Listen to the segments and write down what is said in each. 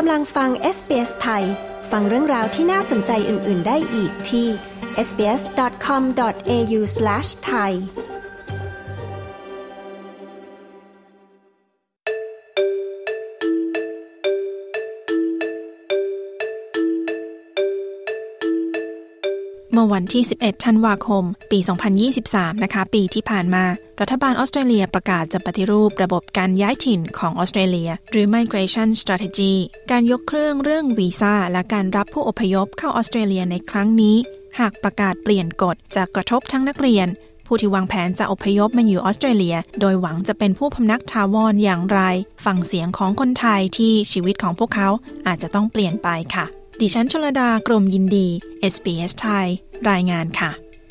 กำลังฟัง SBS ไทยฟังเรื่องราวที่น่าสนใจอื่นๆได้อีกที่ sbs.com.au/thai เมื่อวันที่ 11 ธันวาคม ปี 2023 นะคะ ปีที่ผ่านมา รัฐบาลออสเตรเลียประกาศจะปฏิรูประบบการย้ายถิ่นของออสเตรเลียหรือ Migration Strategy การยกเครื่องเรื่องวีซ่าและการรับผู้อพยพเข้าออสเตรเลียในครั้งนี้หากประกาศเปลี่ยนกฎจะกระทบทั้งนักเรียนผู้ที่วางแผนจะอพยพมาอยู่ออสเตรเลียโดยหวังจะเป็นผู้พำนักถาวรอย่างไรฟังเสียงของคนไทยที่ชีวิตของพวกเขาอาจจะต้องเปลี่ยนไปค่ะดิฉันชลดากรมยินดี SBS ไทยรายงานค่ะ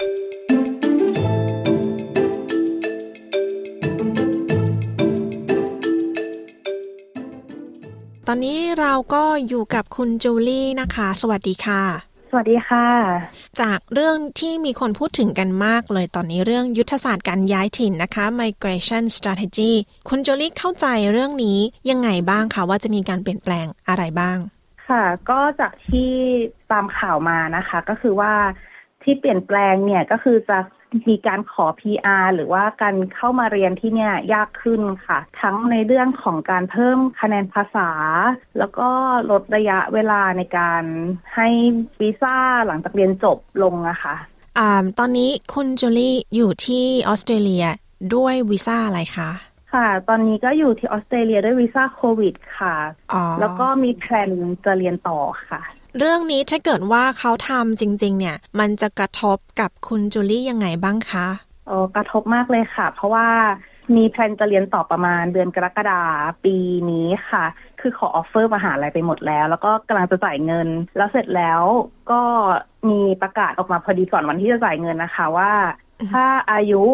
ตอนนี้เราก็อยู่กับคุณจูลี่นะคะสวัสดีค่ะสวัสดีค่ะจากเรื่องที่มีคนพูดถึงกันมากเลยตอนนี้เรื่องยุทธศาสตร์การย้ายถิ่นนะคะ Migration Strategy คุณจูลี่เข้าใจเรื่องนี้ยังไงบ้างคะว่าจะมีการเปลี่ยนแปลงอะไรบ้างค่ะก็จากที่ตามข่าวมานะคะก็คือว่าที่เปลี่ยนแปลงเนี่ยก็คือจะมีการขอ PR หรือว่าการเข้ามาเรียนที่เนี่ยยากขึ้นค่ะทั้งในเรื่องของการเพิ่มคะแนนภาษาแล้วก็ลดระยะเวลาในการให้วีซ่าหลังจากเรียนจบลงนะคะตอนนี้คุณจูลี่อยู่ที่ออสเตรเลียด้วยวีซ่าอะไรคะค่ะตอนนี้ก็อยู่ที่ออสเตรเลียด้วยวีซ่าโควิดค่ะแล้วก็มีแพลนจะเรียนต่อค่ะเรื่องนี้ถ้าเกิดว่าเขาทำจริงๆเนี่ยมันจะกระทบกับคุณจูลี่ยังไงบ้างคะกระทบมากเลยค่ะเพราะว่ามีแพลนจะเรียนต่อประมาณเดือนกรกฎาคมปีนี้ค่ะคือขอออฟเฟอร์มหาลัยไปหมดแล้วก็กำลังจะจ่ายเงินแล้วเสร็จแล้วก็มีประกาศออกมาพอดีก่อนวันที่จะจ่ายเงินนะคะว่าถ้าอายุ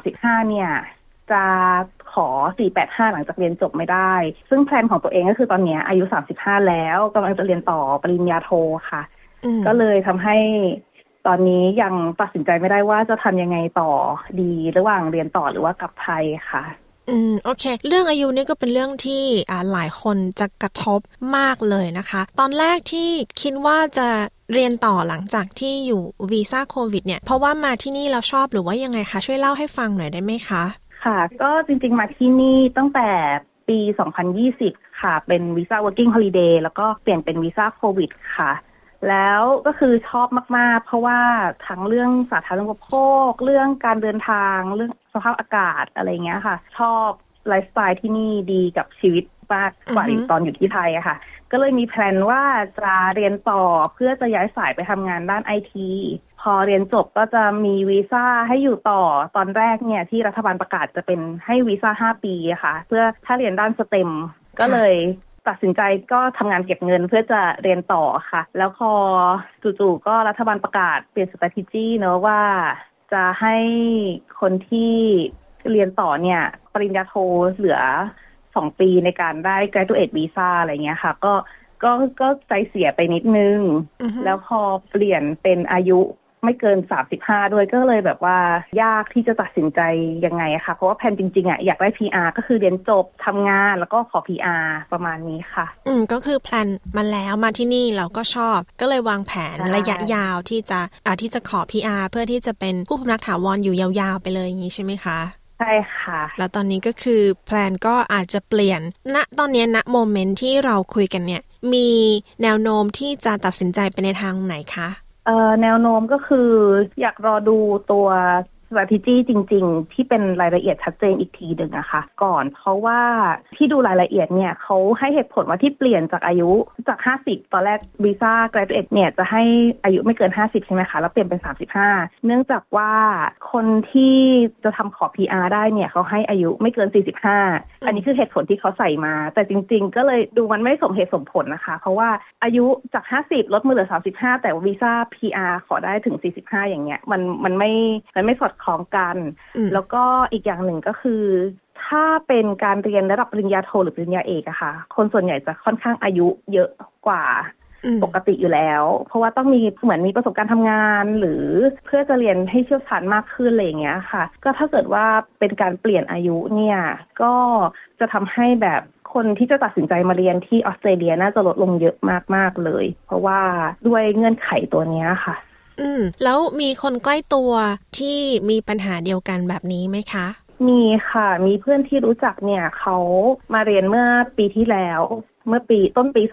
35เนี่ยจะขอ485หลังจากเรียนจบไม่ได้ซึ่งแพลนของตัวเองก็คือตอนนี้อายุ35แล้วกำลังจะเรียนต่อปริญญาโทค่ะก็เลยทำให้ตอนนี้ยังตัดสินใจไม่ได้ว่าจะทำยังไงต่อดีระหว่างเรียนต่อหรือว่ากลับไทยค่ะโอเคเรื่องอายุนี่ก็เป็นเรื่องที่หลายคนจะกระทบมากเลยนะคะตอนแรกที่คิดว่าจะเรียนต่อหลังจากที่อยู่วีซ่าโควิดเนี่ยเพราะว่ามาที่นี่เราชอบหรือว่ายังไงคะช่วยเล่าให้ฟังหน่อยได้ไหมคะค่ะก็จริงๆมาที่นี่ตั้งแต่ปี 2020 ค่ะเป็นวีซ่า working holiday แล้วก็เปลี่ยนเป็นวีซ่าโควิดค่ะแล้วก็คือชอบมากๆเพราะว่าทั้งเรื่องสาธารณูปโภคเรื่องการเดินทางเรื่องสภาพอากาศอะไรเงี้ยค่ะชอบไลฟ์สไตล์ที่นี่ดีกับชีวิตมากกว่าตอนอยู่ที่ไทยอะค่ะก็เลยมีแพลนว่าจะเรียนต่อเพื่อจะย้ายสายไปทำงานด้าน ITพอเรียนจบก็จะมีวีซ่าให้อยู่ต่อตอนแรกเนี่ยที่รัฐบาลประกาศจะเป็นให้วีซ่า5 ปีอะค่ะเพื่อถ้าเรียนด้านสเต็มก็เลยตัดสินใจก็ทำงานเก็บเงินเพื่อจะเรียนต่อค่ะแล้วพอจู่ๆก็รัฐบาลประกาศเปลี่ยน strategy เนอะว่าจะให้คนที่เรียนต่อเนี่ยปริญญาโทเหลือ2 ปีในการได้ graduate visa อะไรเงี้ยค่ะก็ใจเสียไปนิดนึง แล้วพอเปลี่ยนเป็นอายุไม่เกิน35ด้วยก็เลยแบบว่ายากที่จะตัดสินใจยังไงค่ะเพราะว่าแผนจริงๆอยากได้ PR ก็คือเรียนจบทำงานแล้วก็ขอ PR ประมาณนี้ค่ะก็คือแพลนมาแล้วมาที่นี่เราก็ชอบก็เลยวางแผนระยะยาวที่จะขอ PR เพื่อที่จะเป็นผู้พำนักถาวรอยู่ยาวๆไปเลยอย่างนี้ใช่ไหมคะใช่ค่ะแล้วตอนนี้ก็คือแพลนก็อาจจะเปลี่ยนณตอนนี้ณโมเมนต์ที่เราคุยกันเนี่ยมีแนวโน้มที่จะตัดสินใจไปในทางไหนคะแนวโน้มก็คืออยากรอดูตัว strategy จริงๆที่เป็นรายละเอียดชัดเจนอีกทีหนึ่งนะคะก่อนเพราะว่าที่ดูรายละเอียดเนี่ยเขาให้เหตุผลว่าที่เปลี่ยนจากอายุจาก50ตอนแรกวีซ่า graduate เนี่ยจะให้อายุไม่เกิน50ใช่ไหมคะแล้วเปลี่ยนเป็น35เนื่องจากว่าคนที่จะทำขอ PR ได้เนี่ยเขาให้อายุไม่เกิน45อันนี้คือเหตุผลที่เขาใส่มาแต่จริงๆก็เลยดูมันไม่สมเหตุสมผลนะคะเพราะว่าอายุจาก50ลดมาเหลือ35แต่วีซ่า PR ขอได้ถึง45อย่างเงี้ยมันไม่สอดคล้องกันแล้วก็อีกอย่างหนึ่งก็คือถ้าเป็นการเรียนระดับปริญญาโทหรือปริญญาเอกอะค่ะคนส่วนใหญ่จะค่อนข้างอายุเยอะกว่าปกติอยู่แล้วเพราะว่าต้องมีเหมือนมีประสบการณ์ทำงานหรือเพื่อจะเรียนให้เชี่ยวชาญมากขึ้นอะไรอย่างเงี้ยค่ะก็ถ้าเกิดว่าเป็นการเปลี่ยนอายุเนี่ยก็จะทำให้แบบคนที่จะตัดสินใจมาเรียนที่ออสเตรเลียน่าจะลดลงเยอะมากๆเลยเพราะว่าด้วยเงื่อนไขตัวนี้ค่ะแล้วมีคนใกล้ตัวที่มีปัญหาเดียวกันแบบนี้ไหมคะมีค่ะมีเพื่อนที่รู้จักเนี่ยเขามาเรียนเมื่อปีที่แล้วเมื่อปีต้นปี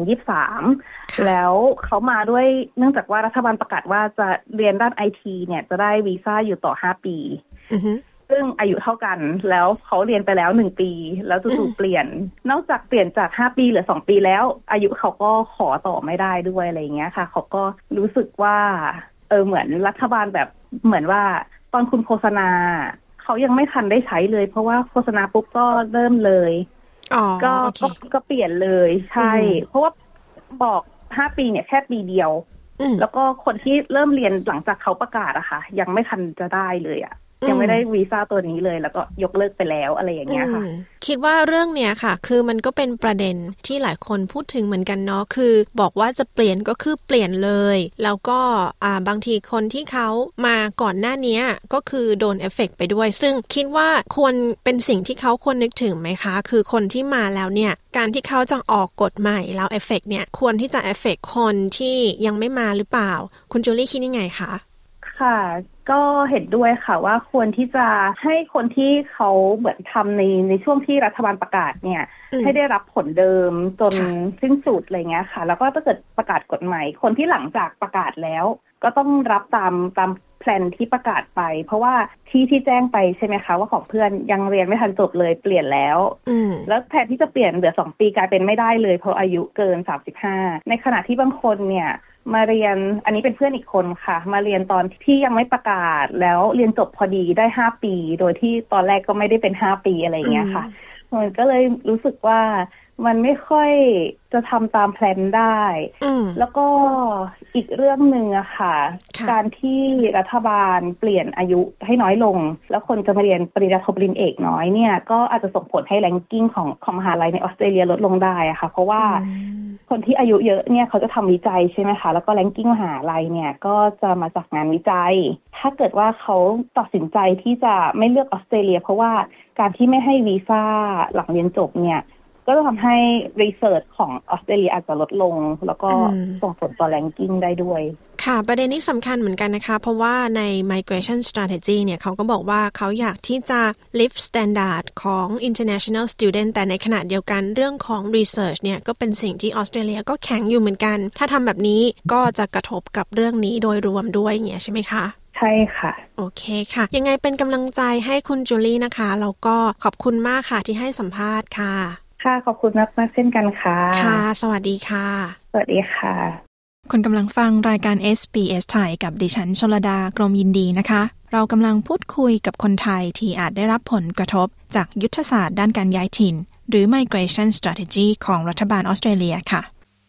2023แล้วเขามาด้วยเนื่องจากว่ารัฐบาลประกาศว่าจะเรียนด้าน IT เนี่ยจะได้วีซ่าอยู่ต่อ5ปีซึ่งอายุเท่ากันแล้วเขาเรียนไปแล้ว1ปีแล้วจู่ๆเปลี่ยนนอกจากเปลี่ยนจาก5ปีเหลือ2ปีแล้วอายุเขาก็ขอต่อไม่ได้ด้วยอะไรอย่างเงี้ยค่ะเขาก็รู้สึกว่าเหมือนรัฐบาลแบบเหมือนว่าตอนคุณโฆษณาเขายังไม่ทันได้ใช้เลยเพราะว่าโฆษณาปุ๊บก็เริ่มเลยก็เปลี่ยนเลยใช่เพราะว่าบอก5ปีเนี่ยแค่ปีเดียวแล้วก็คนที่เริ่มเรียนหลังจากเขาประกาศอะค่ะยังไม่ทันจะได้เลยอะยังไม่ได้วีซ่าตัวนี้เลยแล้วก็ยกเลิกไปแล้วอะไรอย่างเงี้ยค่ะคิดว่าเรื่องเนี้ยค่ะคือมันก็เป็นประเด็นที่หลายคนพูดถึงเหมือนกันเนาะคือบอกว่าจะเปลี่ยนก็คือเปลี่ยนเลยแล้วก็บางทีคนที่เขามาก่อนหน้านี้ก็คือโดนเอฟเฟกต์ไปด้วยซึ่งคิดว่าควรเป็นสิ่งที่เขาควรนึกถึงไหมคะคือคนที่มาแล้วเนี่ยการที่เขาจะออกกฎใหม่แล้วเอฟเฟกต์เนี่ยควรที่จะเอฟเฟกต์คนที่ยังไม่มาหรือเปล่าคุณจูลี่คิดยังไงคะค่ะก็เห็นด้วยค่ะว่าควรที่จะให้คนที่เขาเหมือนทำในช่วงที่รัฐบาลประกาศเนี่ยให้ได้รับผลเดิมจนสิ้นสุดอะไรเงี้ยค่ะแล้วก็ถ้าเกิดประกาศกฎใหม่คนที่หลังจากประกาศแล้วก็ต้องรับตามแพลนที่ประกาศไปเพราะว่าที่แจ้งไปใช่ไหมคะว่าของเพื่อนยังเรียนไม่ทันจบเลยเปลี่ยนแล้วแล้วแทนที่จะเปลี่ยนเหลือ2ปีกลายเป็นไม่ได้เลยเพราะอายุเกิน35ในขณะที่บางคนเนี่ยมาเรียนอันนี้เป็นเพื่อนอีกคนค่ะมาเรียนตอนที่ยังไม่ประกาศแล้วเรียนจบพอดีได้5ปีโดยที่ตอนแรกก็ไม่ได้เป็น5ปีอะไรอย่างเงี้ยค่ะมันก็เลยรู้สึกว่ามันไม่ค่อยจะทำตามแพลนได้แล้วก็อีกเรื่องนึงอะค่ะการที่รัฐบาลเปลี่ยนอายุให้น้อยลงแล้วคนจะมาเรียนปริญญาโทปริญญาเอกน้อยเนี่ยก็อาจจะส่งผลให้แรงกิ้งของมหาลัยในออสเตรเลียลดลงได้อะค่ะเพราะว่าคนที่อายุเยอะเนี่ยเขาจะทำวิจัยใช่ไหมคะแล้วก็แรงกิ้งมหาลัยเนี่ยก็จะมาจากงานวิจัยถ้าเกิดว่าเขาตัดสินใจที่จะไม่เลือกออสเตรเลียเพราะว่าการที่ไม่ให้วีซ่าหลังเรียนจบเนี่ยก็จะทำให้รีเสิร์ชของออสเตรเลียอาจจะลดลงแล้วก็ส่งผลต่อแรงกิ้งได้ด้วยค่ะประเด็นนี้สำคัญเหมือนกันนะคะเพราะว่าใน Migration Strategy เนี่ยเขาก็บอกว่าเขาอยากที่จะ lift standard ของ international student แต่ในขณะเดียวกันเรื่องของ research เนี่ยก็เป็นสิ่งที่ออสเตรเลียก็แข็งอยู่เหมือนกันถ้าทำแบบนี้ก็จะกระทบกับเรื่องนี้โดยรวมด้วยอย่างเงี้ยใช่ไหมคะใช่ค่ะโอเคค่ะยังไงเป็นกำลังใจให้คุณจูลี่นะคะแล้วก็ขอบคุณมากค่ะที่ให้สัมภาษณ์ค่ะค่ะขอบคุณมากๆเช่นกันค่ะค่ะสวัสดีค่ะสวัสดีค่ะคุณกำลังฟังรายการ SBS ไทยกับดิฉันชลดากรมยินดีนะคะเรากำลังพูดคุยกับคนไทยที่อาจได้รับผลกระทบจากยุทธศาสตร์ด้านการย้ายถิ่นหรือ Migration Strategy ของรัฐบาลออสเตรเลียค่ะ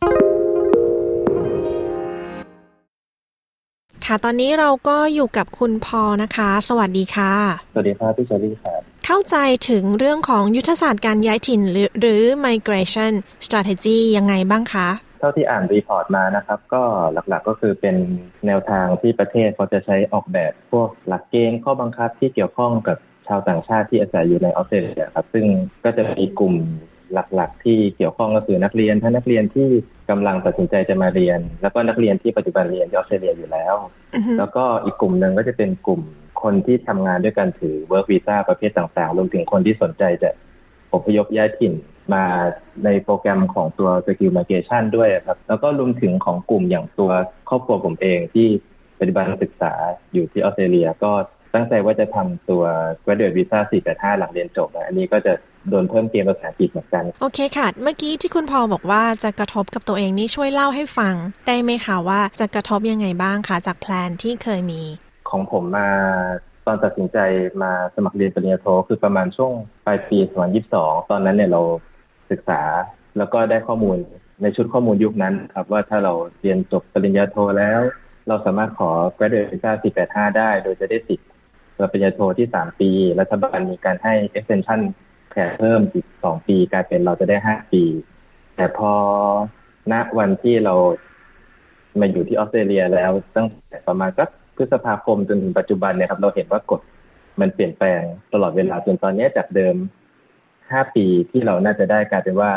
ค่ะตอนนี้เราก็อยู่กับคุณพอนะคะสวัสดีค่ะสวัสดีครับพี่ชลี่ครับเข้าใจถึงเรื่องของยุทธศาสตร์การย้ายถิ่นหรือ Migration Strategy ยังไงบ้างคะเท่าที่อ่านรีพอร์ตมานะครับก็หลักๆก็คือเป็นแนวทางที่ประเทศเขาจะใช้ออกแบบพวกหลักเกณฑ์ข้อบังคับที่เกี่ยวข้องกับชาวต่างชาติที่อาศัยอยู่ในออสเตรเลียครับซึ่งก็จะมีกลุ่มหลักๆที่เกี่ยวข้องก็คือนักเรียนทั้งนักเรียนที่กำลังตัดสินใจจะมาเรียนแล้วก็นักเรียนที่ปัจจุบันเรียนที่ออสเตรเลียอยู่แล้วแล้วก็อีกกลุ่มนึงก็จะเป็นกลุ่มคนที่ทำงานด้วยกันถือ work visa ประเภทต่างๆรวมถึงคนที่สนใจจะอพยพย้ายถิ่นมาในโปรแกรมของตัว Skill Migration ด้วยครับแล้วก็รวมถึงของกลุ่มอย่างตัวครอบครัวผมเองที่ปฏิบัติศึกษาอยู่ที่ออสเตรเลียก็ตั้งใจว่าจะทำตัว Graduate Visa 485หลังเรียนจบอันนี้ก็จะโดนเพิ่มเกณฑ์ภาษาอังกฤษเหมือนกันโอเคค่ะเมื่อกี้ที่คุณพอบอกว่าจะกระทบกับตัวเองนี่ช่วยเล่าให้ฟังได้ไหมคะว่าจะกระทบยังไงบ้างคะจากแพลนที่เคยมีของผมมาตอนตัดสินใจมาสมัครเรียนปริญญาโทคือประมาณช่วงปลายปี2022ตอนนั้นเนี่ยเราศึกษาแล้วก็ได้ข้อมูลในชุดข้อมูลยุคนั้นครับว่าถ้าเราเรียนจบปริญญาโทแล้วเราสามารถขอ Graduate Visa 485ได้โดยจะได้สิทธิ์ปริญญาโทที่3ปีรัฐบาลมีการให้ extension แค่เพิ่มอีก2ปีกลายเป็นเราจะได้5ปีแต่พอณวันที่เรามาอยู่ที่ออสเตรเลียแล้วตั้งแต่ประมาณสักพฤษภาคมจนถึงปัจจุบันเนี่ยครับเราเห็นว่ากฎมันเปลี่ยนแปลงตลอดเวลาจนตอนนี้จากเดิม5 ปีที่เราน่าจะได้กลายเป็นว่า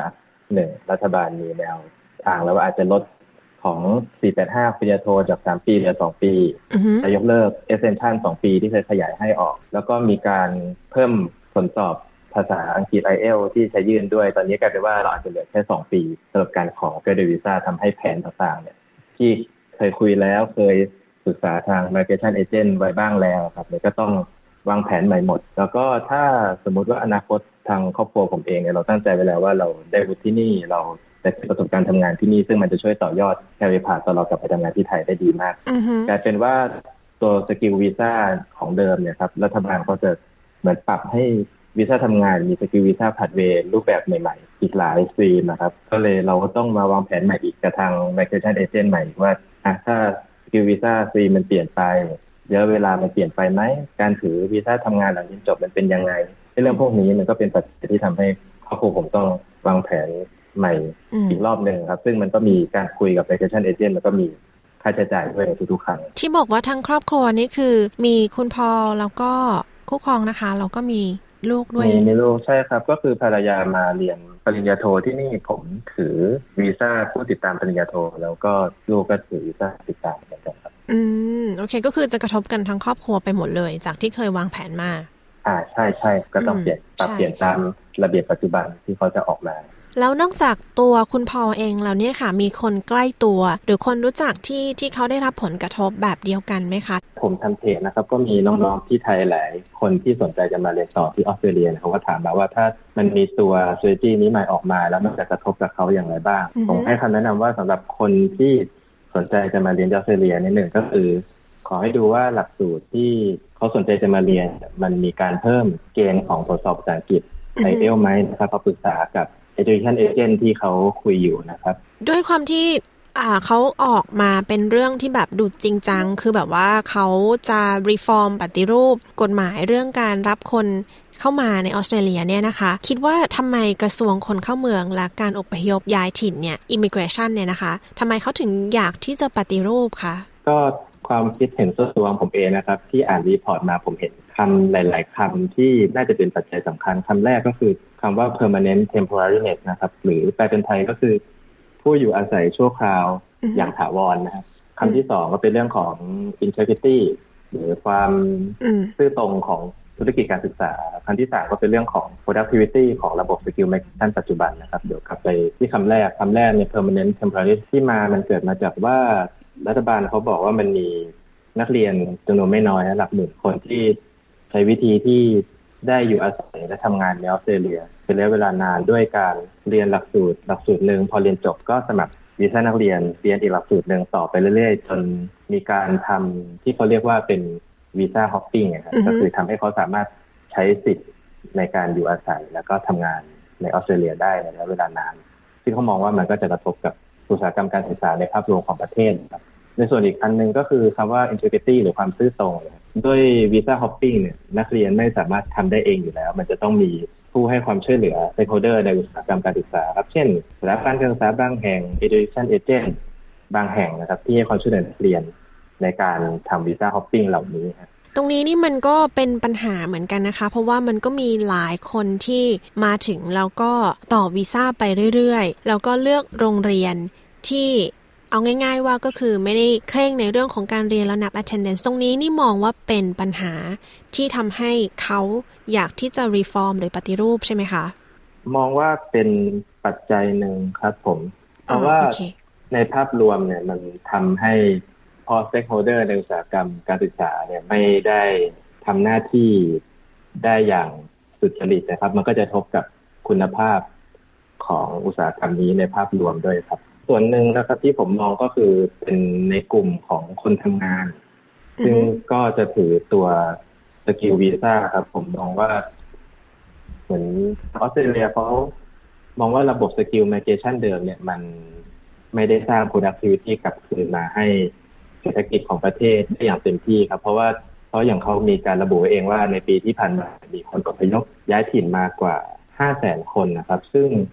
1รัฐบาลมีแนวทางแล้วว่าอาจจะลดของ485ปริญญาโทจาก3 ปีเหลือ2 ปีจะยกเลิก extension 2 ปีที่เคยขยายให้ออกแล้วก็มีการเพิ่มผลสอบภาษาอังกฤษ IELTS ที่ใช้ยื่นด้วยตอนนี้กลายเป็นว่าเราอาจจะเหลือแค่2 ปีสำหรับการขอ Graduate Visa ทำให้แผนต่างๆเนี่ยที่เคยคุยแล้วเคยปรึกษาทาง Migration Agent ไว้บ้างแล้วครับเนี่ยก็ต้องวางแผนใหม่หมดแล้วก็ถ้าสมมุติว่าอนาคตทางครอบครัวผมเองเนี่ยเราตั้งใจไว้แล้วว่าเราได้วุฒิที่นี่เราได้ประสบการณ์ทำงานที่นี่ซึ่งมันจะช่วยต่อยอดแคริเอร์พาธตอนเรากลับไปทำงานที่ไทยได้ดีมากกลายเป็นว่าตัวสกิลวีซ่าของเดิมเนี่ยครับรัฐบาลก็จะเหมือนปรับให้วีซ่าทำงานมีสกิลวีซ่าพาธเวย์รูปแบบใหม่ๆอีกหลายสตรีมนะครับก็เลยเราก็ต้องมาวางแผนใหม่อีกกับทาง Migration Agent ใหม่ว่าถ้าสกิลวีซ่าสตรีมมันเปลี่ยนไปเยอะเวลามันเปลี่ยนไปไหมการถือวีซ่าทำงานหลังเรียนจบมันเป็นยังไงเรื่องพวกนี้มันก็เป็นปัจจัยที่ทำให้ครอบครัวผมต้องวางแผนใหม่อีกรอบนึงครับซึ่งมันก็มีการคุยกับ Migration Agent แล้วก็มีค่าใช้จ่ายด้วยทุกๆครั้งที่บอกว่าทั้งครอบครัวนี่คือมีคุณพ่อแล้วก็คู่ครองนะคะแล้วก็มีลูกด้วยมีลูกใช่ครับก็คือภรรยามาเรียนปริญญาโทที่นี่ผมถือวีซ่าผู้ติดตามปริญญาโทแล้วก็ลูกก็ถือวีซ่าติดตามเหมือนกันครับโอเคก็คือจะกระทบกันทั้งครอบครัวไปหมดเลยจากที่เคยวางแผนมาใช่ก็ต้องเปลี่ยนตามระเบียบปัจจุบันที่เขาจะออกมาแล้วนอกจากตัวคุณพอเองแล้วเนี่ยค่ะมีคนใกล้ตัวหรือคนรู้จักที่เขาได้รับผลกระทบแบบเดียวกันไหมคะผมทำเพจนะครับก็มีน้องๆที่ไทยหลายคนที่สนใจจะมาเรียนต่อที่ออสเตรเลียเขาก็ถามมาว่าถ้ามันมีตัว strategy นี้ใหม่ออกมาแล้วมันจะกระทบกับเขาอย่างไรบ้างผมให้คำแนะนำว่าสำหรับคนที่สนใจจะมาเรียนออสเตรเลียนิดหนึ่งก็คือขอให้ดูว่าหลักสูตรที่เขาสนใจจะมาเรียนมันมีการเพิ่มเกณฑ์ของทดสอบภาษาอังกฤษ IELTS ไหมนะครับพอปรึกษากับ Education Agent ที่เขาคุยอยู่นะครับด้วยความที่เขาออกมาเป็นเรื่องที่แบบดูจริงจังคือแบบว่าเขาจะรีฟอร์มปฏิรูปกฎหมายเรื่องการรับคนเข้ามาในออสเตรเลียเนี่ยนะคะคิดว่าทำไมกระทรวงคนเข้าเมืองและการอพยพย้ายถิ่นเนี่ย Immigration เนี่ยนะคะทำไมเขาถึงอยากที่จะปฏิรูปคะก็ความคิดเห็นส่วนตัวของผมเองนะครับที่อ่านรีพอร์ตมาผมเห็นคำหลายๆคำที่น่าจะเป็นปัจจัยสำคัญคำแรกก็คือคำว่า permanent temporariness นะครับหรือแปลเป็นไทยก็คือผู้อยู่อาศัยชั่วคราวอย่างถาวรนะครับคำที่สองก็เป็นเรื่องของ integrity หรือความซื่อตรงของธุรกิจการศึกษาคำที่สามก็เป็นเรื่องของ productivity ของระบบ skill migration ปัจจุบันนะครับเดี๋ยวกลับไปที่คำแรกเนี่ย permanent temporary ที่มันเกิดมาจากว่ารัฐบาลเขาบอกว่ามันมีนักเรียนจำนวนไม่น้อยหลักหมื่นคนที่ใช้วิธีที่ได้อยู่อาศัยและทำงานในออสเตรเลียเป็นระยะเวลานานด้วยการเรียนหลักสูตรหนึ่งพอเรียนจบก็สมัครวีซ่านักเรียนอีกหลักสูตรหนึ่งต่อไปเรื่อยๆจนมีการทำที่เขาเรียกว่าเป็นวีซ่าฮอปปิ้งนะครับก็คือทำให้เขาสามารถใช้สิทธิ์ในการอยู่อาศัยแล้วก็ทำงานในออสเตรเลียได้ในระยะเวลานานซึ่งเขามองว่ามันก็จะกระทบกับอุตสาหกรรมการศึกษาในภาพรวมของประเทศครับในส่วนอีกอันนึงก็คือคำว่า integrity หรือความซื่อตรงด้วยวีซ่าฮอปปิ้งเนี่ยนักเรียนไม่สามารถทำได้เองอยู่แล้วมันจะต้องมีผู้ให้ความช่วยเหลือ stakeholder ในอุตสาหกรรมการศึกษาครับเช่นสถาบันการศึกษาบางแห่ง education agent บางแห่งนะครับที่ให้ความช่วยเหลือนักเรียนในการทำวีซ่าฮอปปิ้งเหล่านี้ครับตรงนี้นี่มันก็เป็นปัญหาเหมือนกันนะคะเพราะว่ามันก็มีหลายคนที่มาถึงแล้วก็ต่อวีซ่าไปเรื่อยๆแล้วก็เลือกโรงเรียนที่เอาง่ายๆว่าก็คือไม่ได้เคร่งในเรื่องของการเรียนแล้วนับ attendance ตรงนี้นี่มองว่าเป็นปัญหาที่ทำให้เขาอยากที่จะ reform หรือปฏิรูปใช่ไหมคะมองว่าเป็นปัจจัยหนึ่งครับผมเพราะว่าในภาพรวมเนี่ยมันทำให้พอ stakeholder ในอุตสาหกรรมการศึกษาเนี่ยไม่ได้ทำหน้าที่ได้อย่างสุจริตนะครับมันก็จะทบกับคุณภาพของอุตสาหกรรมนี้ในภาพรวมด้วยครับส่วนหนึ่งนะครับที่ผมมองก็คือเป็นในกลุ่มของคนทำงานซึ่งก็จะถือตัวสกิลวีซ่าครับผมมองว่าเหมือนออสเตรเลียเขามองว่าระบบสกิลไมเกรชั่นเดิมเนี่ยมันไม่ได้สร้าง productivity กลับคืนมาให้เศรษฐกิจของประเทศได้อย่างเต็มที่ครับเพราะอย่างเขามีการระบุเองว่าในปีที่ผ่านมามีคนอพยพย้ายถิ่นมากว่า 500,000 คนนะครับซึ่ง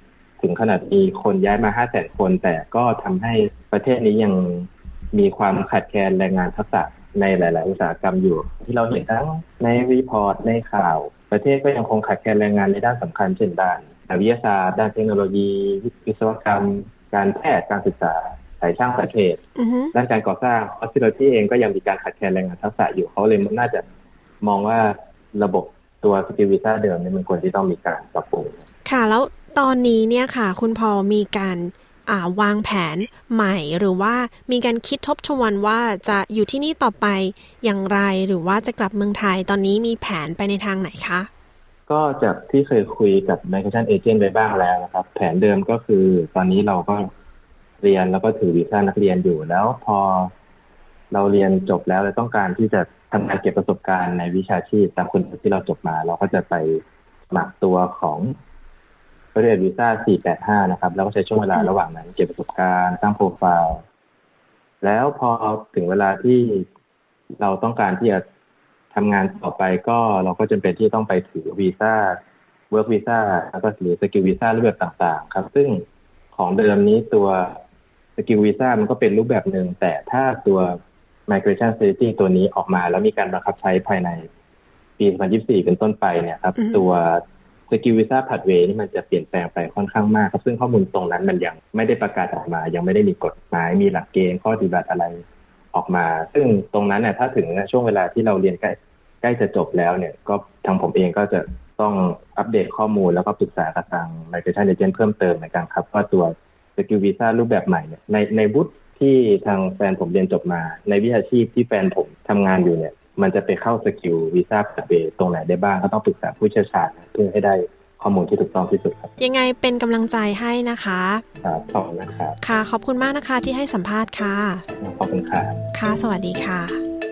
ถึงขนาดมีคนย้ายมา 500,000 คนแต่ก็ทำให้ประเทศนี้ยังมีความขาดแคลนแรงงานทักษะในหลายๆอุตสาหกรรมอยู่ที่เราเห็นทั้งในรีพอร์ตในข่าวประเทศก็ยังคงขาดแคลนแรงงานในด้านสำคัญเช่นด้านวิทยาศาสตร์ด้านเทคโนโลยีวิศวกรรมการแพทย์การศึกษาสายช่างสายเทคด้านการก่อสร้างออสเตรเลียเองก็ยังมีการขาดแคลนแรงงานทักษะอยู่เขาเลยน่าจะมองว่าระบบตัวสกิลวีซ่าเดิมนี่มันควรที่ต้องมีการปรับปรุงค่ะแล้วตอนนี้เนี่ยค่ะคุณพอมีการวางแผนใหม่หรือว่ามีการคิดทบทวนว่าจะอยู่ที่นี่ต่อไปอย่างไรหรือว่าจะกลับเมืองไทยตอนนี้มีแผนไปในทางไหนคะก็จากที่เคยคุยกับ Migration Agent ไปบ้างแล้วนะครับแผนเดิมก็คือตอนนี้เราก็เรียนแล้วก็ถือวีซ่านักเรียนอยู่แล้วพอเราเรียนจบแล้วเราต้องการที่จะทำงานเก็บประสบการณ์ในวิชาชีพตามคุณที่เราจบมาเราก็จะไปสมัครตัวของเรียนวีซ่า485นะครับแล้วก็ใช้ช่วงเวลาระหว่างนั้นเก็บประสบการณ์สร้างโปรไฟล์แล้วพอถึงเวลาที่เราต้องการที่จะทำงานต่อไปก็เราก็จำเป็นที่ต้องไปถือวีซ่า Work Visa แล้วก็หรือ Skill Visa รูปแบบต่างๆครับซึ่งของเดิมนี้ตัว Skill Visa มันก็เป็นรูปแบบนึงแต่ถ้าตัว Migration Strategy ตัวนี้ออกมาแล้วมีการบังคับใช้ภายในปี2024เป็นต้นไปเนี่ยครับตัวSkill Visa Pathway นี่มันจะเปลี่ยนแปลงไปค่อนข้างมากครับซึ่งข้อมูลตรงนั้นมันยังไม่ได้ประกาศออกมายังไม่ได้มีกฎหมายมีหลักเกณฑ์ข้อปฏิบัติอะไรออกมาซึ่งตรงนั้นเนี่ยถ้าถึงช่วงเวลาที่เราเรียนใกล้จะจบแล้วเนี่ยก็ทางผมเองก็จะต้องอัปเดตข้อมูลแล้วก็ปรึกษากับทาง Migration Agent เพิ่มเติมในการครับว่าตัว Skill Visa รูปแบบใหม่เนี่ยในวุฒิที่ทางแฟนผมเรียนจบมาในวิชาชีพที่แฟนผมทำงานอยู่เนี่ยมันจะไปเข้า Skill Visa Pathway ตรงไหนได้บ้างก็ต้องปรึกษาผู้เชี่ยวชาญเพื่อให้ได้ข้อมูลที่ถูกต้องที่สุดครับยังไงเป็นกำลังใจให้นะคะครับขอบคุณนะครับค่ะขอบคุณมากนะคะที่ให้สัมภาษณ์ค่ะขอบคุณครับค่ะสวัสดีค่ะ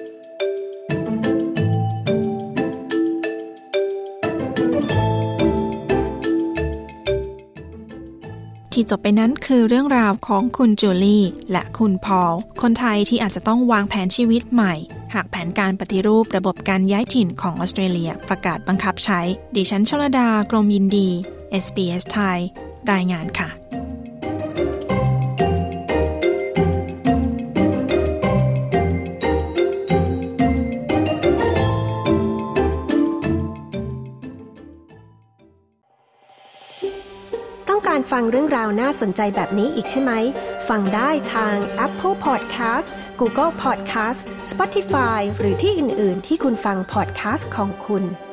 ที่จบไปนั้นคือเรื่องราวของคุณจูลี่และคุณพอลคนไทยที่อาจจะต้องวางแผนชีวิตใหม่หากแผนการปฏิรูประบบการย้ายถิ่นของออสเตรเลียประกาศบังคับใช้ดิฉันชลดากรมยินดี SBS ไทยรายงานค่ะการฟังเรื่องราวน่าสนใจแบบนี้อีกใช่ไหมฟังได้ทาง Apple Podcast Google Podcast Spotify หรือที่อื่นๆที่คุณฟัง podcast ของคุณ